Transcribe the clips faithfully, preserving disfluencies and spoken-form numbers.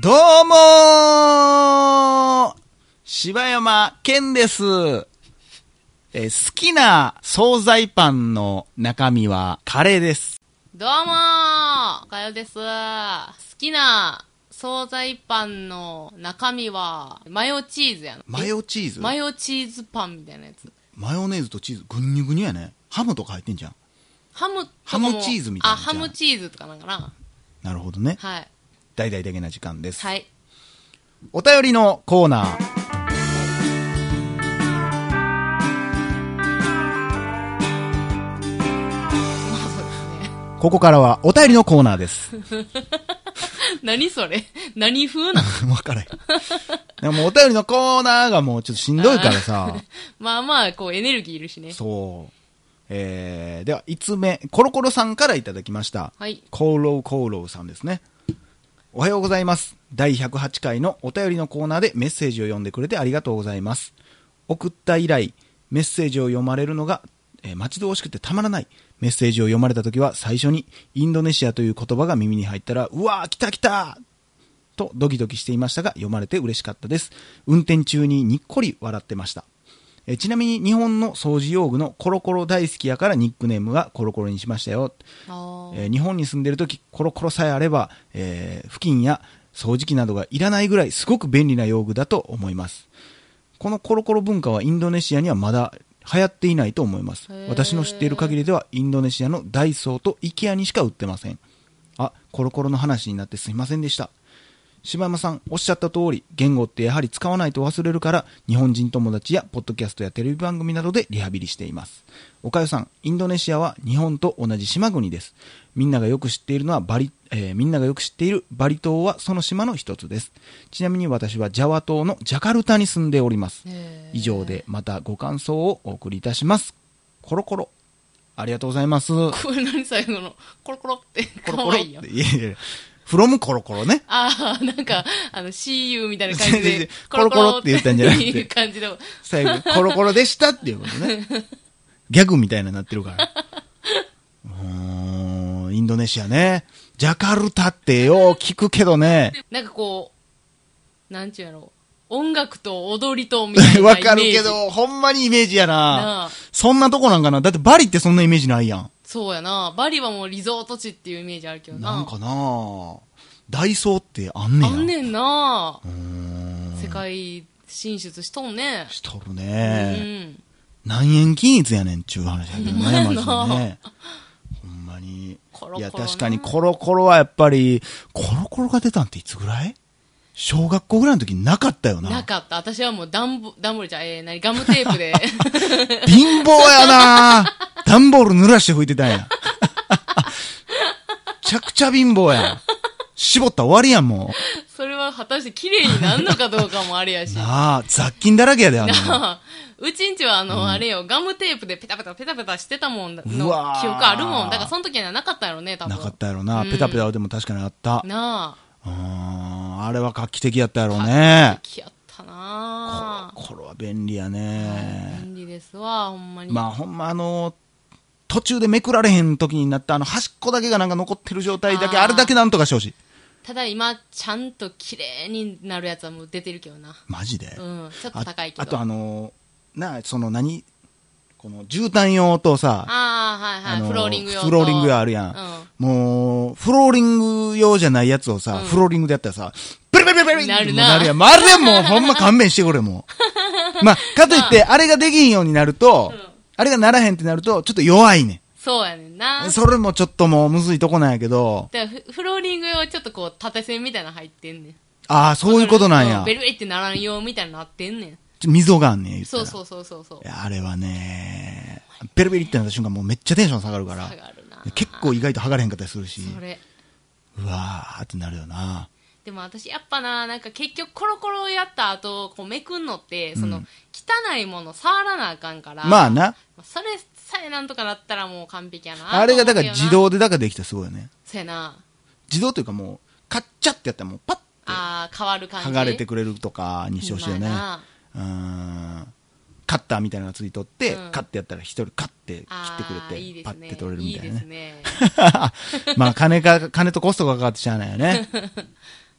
どうもー柴山健です、えー、好きな惣菜パンの中身はカレーです。 どうもーかよです。好きな惣菜パンの中身はマヨチーズやな。 マヨチーズマヨチーズパンみたいなやつ。 マヨネーズとチーズぐにゅぐにゅやね。ハムとか入ってんじゃん。 ハムとかハもムチーズみたいな。 あ、ハムチーズとかなんかな。 なるほどね。 はい。 大々的な時間です。 はい。 お便りのコーナー。ここからはお便りのコーナーです。 何それ何風なのわからへん。でもお便りのコーナーがもうちょっとしんどいからさ。 まあまあ、こうエネルギーいるしね。 そう。えー、では、いつつめ、コロコロさんからいただきました。 はい。 コーローコーローさんですね。おはようございます。だいひゃくはちかいのお便りのコーナーでメッセージを読んでくれてありがとうございます。送った以来、メッセージを読まれるのが、えー、待ち遠しくてたまらない。メッセージを読まれたときは最初にインドネシアという言葉が耳に入ったら、うわー来た来たとドキドキしていましたが、読まれて嬉しかったです。運転中ににっこり笑ってました。えちなみに日本の掃除用具のコロコロ大好きやからニックネームがコロコロにしましたよ。えー、日本に住んでるときコロコロさえあれば、えー、布巾や掃除機などがいらないぐらいすごく便利な用具だと思います。このコロコロ文化はインドネシアにはまだ流行っていないと思います。私の知っている限りではインドネシアのダイソーとイケアにしか売ってません。あ、コロコロの話になってすいませんでした。柴山さんおっしゃった通り、言語ってやはり使わないと忘れるから、日本人友達やポッドキャストやテレビ番組などでリハビリしています。おかよさん、インドネシアは日本と同じ島国です。みんながよく知っているのはバリ、えー、みんながよく知っているバリ島はその島の一つです。ちなみに私はジャワ島のジャカルタに住んでおります。以上でまたご感想をお送りいたします。コロコロ。ありがとうございます。 これ何最後のコロコロってかわいいよ。 いやいやフロムコロコロね。 ああ、なんか、あの、シーユー みたいな感じで。 コロコロって言ったんじゃなくて。 いう感じで。 最後、コロコロでしたっていうことね。ギャグみたいになってるから。うーん、インドネシアね。ジャカルタってよう聞くけどね。 なんかこう、なんちゅうやろう。音楽と踊りとみたいなイメージ。 わかるけど、ほんまにイメージやな。なあ。そんなとこなんかな。だってバリってそんなイメージないやん。 そうやな。バリはもうリゾート地っていうイメージあるけどな。 なんかなダイソーってあんねんや。 あんねんなうーん。世界進出しとんね。 しとるね。うん。何円均一やねんっちゅう話やけどね、マジでね。ほんまに。コロコロいや、確かにコロコロはやっぱり、コロコロが出たんっていつぐらい小学校ぐらいの時なかったよな。 なかった。私はもうダンボ、ダンボールじゃ、えー、何、ガムテープで。 貧乏やなダンボール濡らして拭いてたんや。めちゃくちゃ貧乏や。絞ったら終わりやん、もう。 それは果たして綺麗になるのかどうかもあれやし。 なあ、雑菌だらけやで、あの。 なあ、うちんちはあの、うん、あれよ、ガムテープでペタペタペタペタしてたもんの記憶あるもん。だからその時にはなかったやろね、多分。 なかったやろな。うん、ペタペタでも確かにあった。 なあ。 うーん、あれは画期的やったやろうね。 画期的やったなぁ。これは便利やね。 便利ですわ、ほんまに。 まあほんまあの、途中でめくられへん時になったあの端っこだけがなんか残ってる状態だけ、あれだけなんとかしてほしい。 ただ今、ちゃんと綺麗になるやつはもう出てるけどな。 マジで？ うん、ちょっと高いけど。 あ, あとあの、なあ、その何この絨毯用とさ、 ああ、はいはい、フローリング用と。 フローリング用あるやん。うん、もう、フローリング用じゃないやつをさ、うん、フローリングでやったらさ、ブリブリブリブリなるな。 なるやん。あれもうほんま勘弁してくれ、もう。まあ、かといって、あれができんようになると、うん、あれがならへんってなると、ちょっと弱いねん。 そうやねんな。 それもちょっともうむずいとこなんやけど。 だからフローリング用はちょっとこう、縦線みたいなの入ってんねん。 ああ、そういうことなんや。 ベリベリってならんようみたいなのなってんねん。 溝があんねん、言ったら。 そうそうそうそう。 いや、あれはね、ベリベリってなった瞬間もうめっちゃテンション下がるから。下がるな。結構意外と剥がれへんかったりするし。それ。うわーってなるよな。 でも私やっぱな、なんか結局コロコロやった後、こうめくんのって、その、うん、汚いもの触らなあかんから。 まあな。 それさえなんとかなったらもう完璧やな。 あれがだから自動でだからできたらすごいよね。 そうやな。 自動というかもう、カッチャってやったらもうパッて。 ああ、変わる感じ。 剥がれてくれるとかにしてほしいよね。うん。カッターみたいなのがついとって、うん、カッてやったら一人カッて切ってくれて、いいね、パッて取れるみたいなね。いいですね。まあ金か、金とコストがかかってしゃあないよね。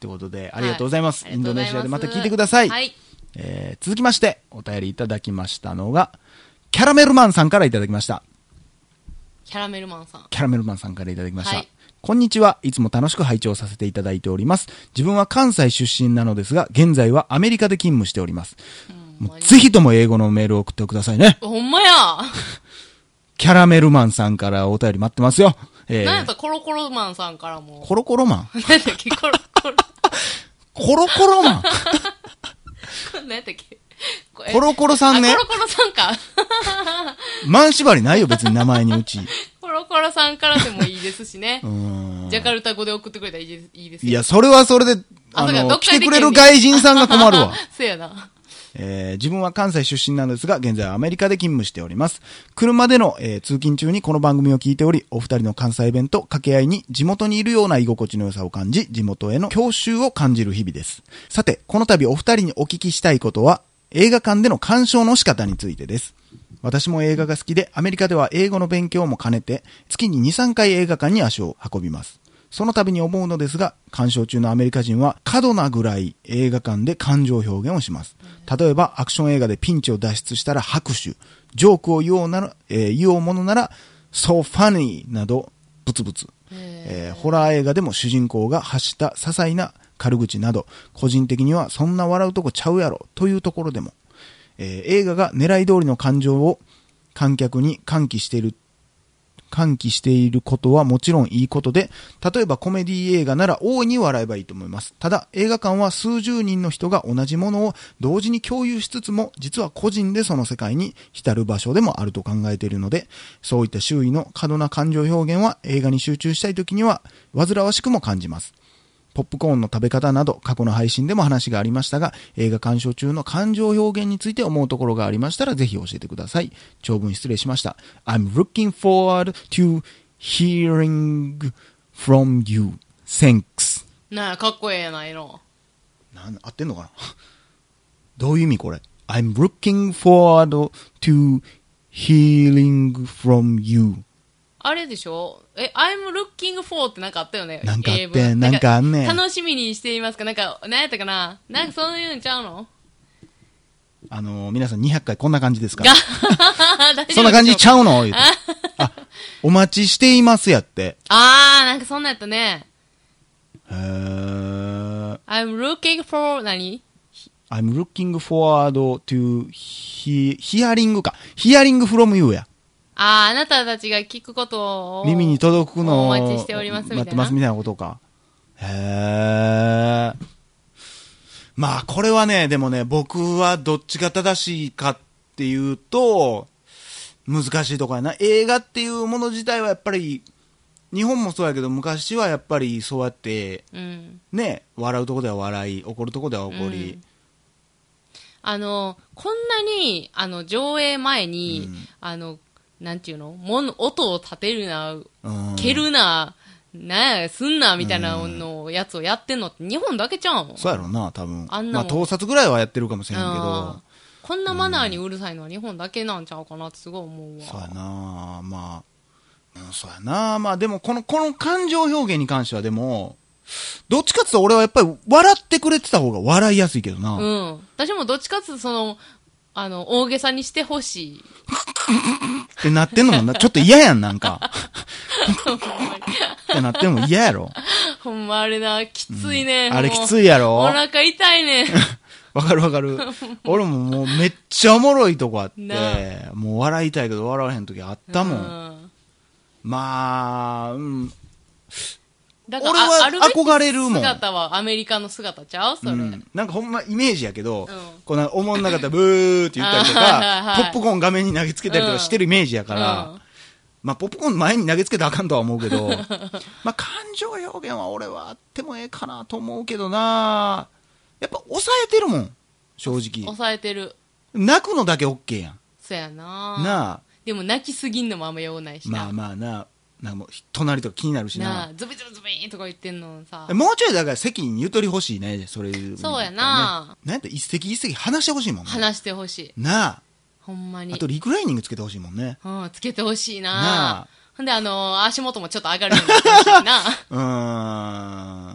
ということで、ありがとうございます。 はい、 インドネシアでまた聞いてください。 はい。 えー、続きまして、お便りいただきましたのが、キャラメルマンさんからいただきました。 キャラメルマンさん。 キャラメルマンさんからいただきました。 はい、 こんにちは。いつも楽しく拝聴させていただいております。自分は関西出身なのですが、現在はアメリカで勤務しております。もうぜひとも英語のメールを送ってくださいね。 ほんまや。 キャラメルマンさんからお便り待ってますよ。 えー、なんやったらコロコロマンさんからも。 コロコロマンなんやったっけコロコロ。 コロコロマンなんやったっけコロコロさんね。 コロコロさんか。 マン縛りないよ、別に名前にうち。 コロコロさんからでもいいですしね。ジャカルタ語で送ってくれたらいいです、いいですよ。 いや、それはそれで、あの、来てくれる外人さんが困るわ。 そうやな。 えー、自分は関西出身なんですが、現在はアメリカで勤務しております。車での、えー、通勤中にこの番組を聞いており、お二人の関西弁と掛け合いに地元にいるような居心地の良さを感じ、地元への郷愁を感じる日々です。さて、この度お二人にお聞きしたいことは、映画館での鑑賞の仕方についてです。私も映画が好きで、アメリカでは英語の勉強も兼ねて、月にに、さんかい映画館に足を運びます。その度に思うのですが、鑑賞中のアメリカ人は過度なぐらい映画館で感情表現をします。例えば、アクション映画でピンチを脱出したら拍手、ジョークを言おうなら、えー、言おうものなら、so funny など、ブツブツ。えー、ホラー映画でも主人公が発した些細な軽口など、個人的にはそんな笑うとこちゃうやろというところでも、えー、映画が狙い通りの感情を観客に喚起している喚起していることはもちろんいいことで、例えばコメディ映画なら大いに笑えばいいと思います。ただ映画館は数十人の人が同じものを同時に共有しつつも、実は個人でその世界に浸る場所でもあると考えているので、そういった周囲の過度な感情表現は映画に集中したいときには煩わしくも感じます。ポップコーンの食べ方など過去の配信でも話がありましたが、映画鑑賞中の感情表現について思うところがありましたらぜひ教えてください。長文失礼しました。I'm looking forward to hearing from you. Thanks. なあ、かっこええやないの。 なん、合ってんのかなどういう意味これ ?I'm looking forward to hearing from you. あれでしょえ、I'm looking for ってなんかあったよね。 なんかあってん、なんかあんねん。 楽しみにしていますかなんか、何やったかななんかそういうのちゃうのあのー、皆さんにひゃっかいこんな感じですかそんな感じちゃうの言うてあ、お待ちしていますやって。 あー、なんかそんなんやったね。 へー。 I'm looking for 何 I'm looking forward to he, hearing か。hearing from you や。 ああ、あなたたちが聞くことを耳に届くのをお待ちしておりますみたいな。 待ってますみたいなことか。へー。まあこれはね、でもね、僕はどっちが正しいかっていうと、難しいところやな。映画っていうもの自体はやっぱり、日本もそうやけど昔はやっぱりそうやって、うん、ね、笑うとこでは笑い、怒るとこでは怒り、うん、 あの、こんなに、あの、上映前に、うん、あの、なんていうのもの音を立てるな、蹴るな、なんや、すんな、みたいなのやつをやってんのって日本だけちゃうの？ そうやろな、多分。あんなまあ、盗撮ぐらいはやってるかもしれんけど。 こんなマナーにうるさいのは日本だけなんちゃうかなってすごい思うわ。 そうやな、まあ、うん、そうやな、まあでもこの、この感情表現に関してはでも、どっちかっていうと俺はやっぱり笑ってくれてた方が笑いやすいけどな。 うん。私もどっちかっていうとその、あの、大げさにしてほしい。 ってなってんのもな、ちょっと嫌やん、なんか。ってなってんのも嫌やろ。 ほんまあれな、きついね、 うん。あれきついやろ。 お腹痛いね。 わかるわかる。俺ももうめっちゃおもろいとこあって、もう笑いたいけど笑わへん時あったもん。んまあ、うん。 だから俺は憧れるもん。 姿はアメリカの姿ちゃうそれ、うん。 なんかほんまイメージやけど、うん、この思んなかったらブーって言ったりとか、はいはい、ポップコーン画面に投げつけたりとかしてるイメージやから、うん、まあポップコーン前に投げつけたらあかんとは思うけど、まあ感情表現は俺はあってもええかなと思うけどな、やっぱ抑えてるもん、正直。 抑えてる。 泣くのだけ OK やん。 そやな。 なあ。 でも泣きすぎんのもあんまようないしな。 まあまあな。なんかもう隣とか気になるしな。 なあ、ズビズビズビーンとか言ってんのさ。 もうちょいだから席にゆとり欲しいね、それ、ね。 そうやな。 なんやったら一席一席話してほしいもんね。 話してほしい。 なあ。 ほんまに。 あとリクライニングつけてほしいもんね。 うん、つけてほしいな。なあ。 ほんであのー、足元もちょっと上がるようになってほしいな。 うーん。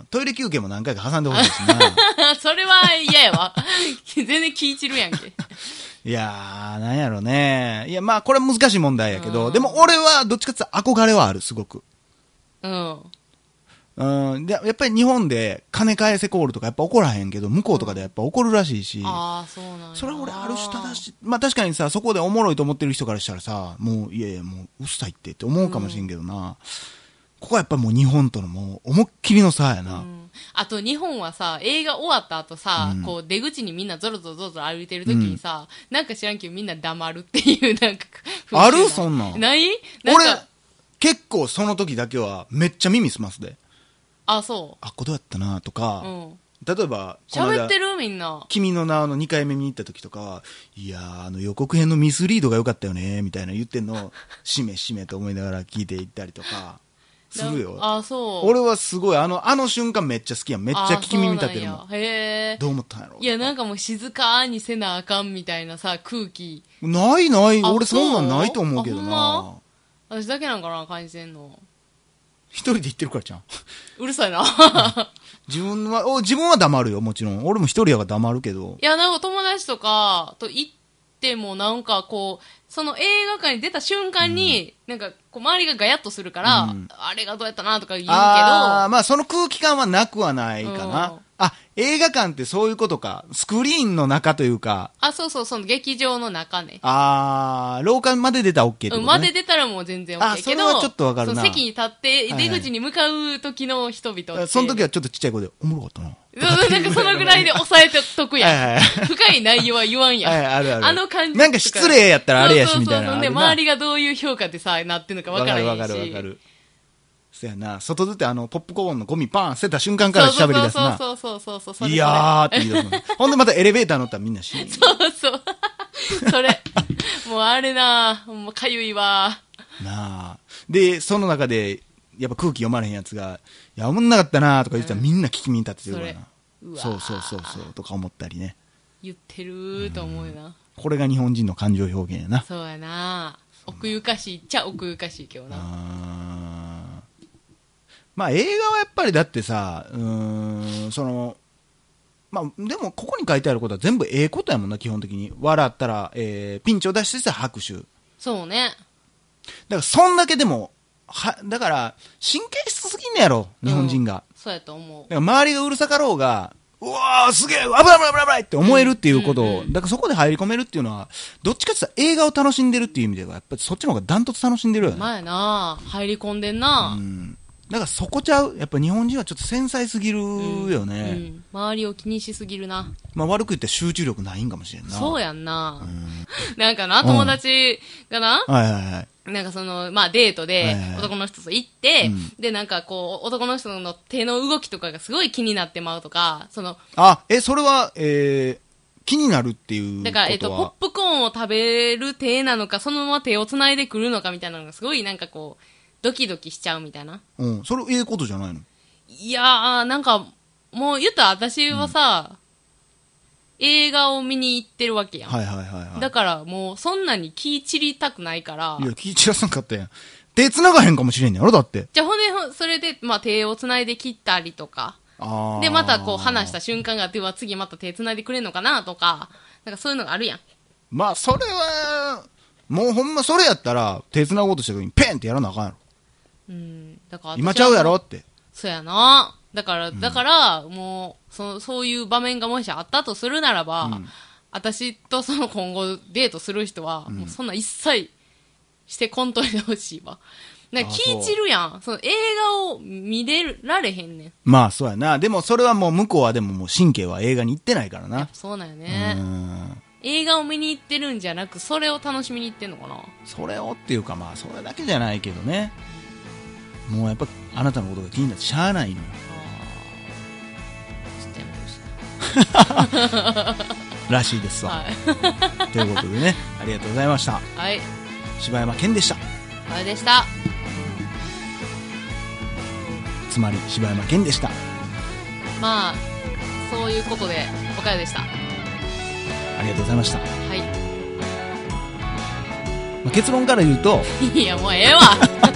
トイレ休憩も何回か挟んでほしいしな。 それは嫌やわ。全然気い散るやんけ。 いやー、なんやろね。いや、まあ、これは難しい問題やけど、うん、でも俺はどっちかって言ったら憧れはある、すごく。 うん。 うん。で、やっぱり日本で金返せコールとかやっぱ起こらへんけど、向こうとかでやっぱ起こるらしいし。うん、 ああ、そうなんや。 それは俺あるしただし、まあ確かにさ、そこでおもろいと思ってる人からしたらさ、もう、いやいや、もう、うっさいってって思うかもしれんけどな。うん、ここはやっぱもう日本とのもう、思いっきりの差やな。うん、 あと日本はさ、映画終わった後さ、うん、こう出口にみんなゾロゾロゾロゾロ歩いてる時にさ、うん、なんか知らんけどみんな黙るっていうなんか。 あるそんなん。 ないなんか俺、結構その時だけはめっちゃ耳すますで。 あ、そう。 あ、こどうやったなとか、うん、例えば、 喋ってるみんな。 君の名のにかいめ見に行った時とか、いやー、あの予告編のミスリードが良かったよね、みたいな言ってんの、しめしめと思いながら聞いていったりとか、するよ。 あ、そう。 俺はすごい、あの、あの瞬間めっちゃ好きやん。めっちゃ聞き耳立てるもん。 へー。 どう思ったんやろ。 いや、なんかもう静かにせなあかんみたいなさ、空気。 ないない、俺そんなんないと思うけどな。ま、 私だけなんかな、感じてんの。 一人で行ってるからちゃん。 うるさいな。 自分は、お、自分は黙るよ、もちろん。俺も一人やから黙るけど。 いや、なんか友達とかと行ってもなんかこう、その映画館に出た瞬間に、うん、なんかこう周りがガヤッとするから、うん、あれがどうやったなとか言うけど。ああ、まあその空気感はなくはないかな。うん、あ、映画館ってそういうことか。スクリーンの中というか。 あ、そうそう、その劇場の中ね。 あー、廊下まで出たら OK ってことね。 うん、まで出たらもう全然 OK けど。 あ、それはちょっとわかるな。 席に立って出口に向かう時の人々って、はいはい、 その時はちょっとちっちゃい声で、おもろかったな。 なんかそのぐらいで抑えてとくやん。はいはい、深い内容は言わんやん。はい、あるある。あの感じ。 なんか失礼やったらあれやしみたいな。そうそうそう。 で、周りがどういう評価でさ、なってんのかわからへんし。 わかるわかるわかる。そやな、外出てあの、ポップコーンのゴミパーン捨てた瞬間から喋り出すな。 そうそうそうそうそう。 いやーって言い出すの。ほんでまたエレベーター乗ったらみんな死ぬ。 そうそう。それ。もうあれな、もうかゆいわ。 なあ。で、その中で、やっぱ空気読まれへんやつが、いや、おもんなかったなとか言ってたら、うん、みんな聞き耳立ててるからな。うそうそうそうそう、とか思ったりね。 言ってると思うな。 これが日本人の感情表現やな。 そうやな。奥ゆかしいっちゃ奥ゆかしいけどな。 あまあ映画はやっぱりだってさ、うーん、その、まあでもここに書いてあることは全部ええことやもんな、基本的に。笑ったら、えー、ピンチを出してさ拍手。 そうね。 だからそんだけでも、は、だから神経質すぎんねやろ、日本人が。うん、 そうやと思う。 だから周りがうるさかろうが、うわーすげえ危ない危ない危ない危ないって思えるっていうことを、うんうんうん、だからそこで入り込めるっていうのは、どっちかって言ったら映画を楽しんでるっていう意味では、やっぱりそっちの方がダントツ楽しんでるよね。 前やな入り込んでんな、 うん、だからそこちゃう。やっぱ日本人はちょっと繊細すぎるよね、うんうん、 周りを気にしすぎるな。 まあ悪く言って集中力ないんかもしれんな。 そうやんな、うん、なんかな友達がな、うん、はいはいはい、なんかその、まあデートで男の人と行って、はいはい、で、なんかこう、男の人の手の動きとかがすごい気になってまうとか、その、 あ、え、それは、えー、気になるっていうことは。 だから、えっと、ポップコーンを食べる手なのか、そのまま手を繋いでくるのかみたいなのがすごいなんかこう、ドキドキしちゃうみたいな。 うん、それええことじゃないの？ いやー、なんか、もう言ったら私はさ、うん、映画を見に行ってるわけやん。 はいはいはい、はい。 だからもうそんなに気散りたくないから。 いや、気散らさんかったやん。手繋がへんかもしれんねやろだって。 じゃあほんで、それで、まあ手を繋いで切ったりとか。あで、またこう話した瞬間があっては次また手繋いでくれんのかなとか、なんかそういうのがあるやん。 まあそれは、もうほんまそれやったら手繋ごうとした時にペンってやらなあかんやろ。うん。だから今ちゃうやろって。 そうやな。だから、だから、もう、そ、そういう場面がもしあったとするならば、うん、私とその今後デートする人は、もうそんな一切してこんといてほしいわ。なんか気散るやん。その映画を見れられへんねん。 まあそうやな。でもそれはもう向こうはでももう神経は映画に行ってないからな。 そうなんよね。映画を見に行ってるんじゃなく、それを楽しみに行ってんのかな。 それをっていうかまあそれだけじゃないけどね。もうやっぱあなたのことが気になってしゃあないのよ。らしいですわ、はい、ということでね、ありがとうございました。 はい、 柴山健でした。 はいでした。 つまり柴山健でした。 まあそういうことでおかよでした。ありがとうございました。 はい、 まあ、結論から言うといやもうええわ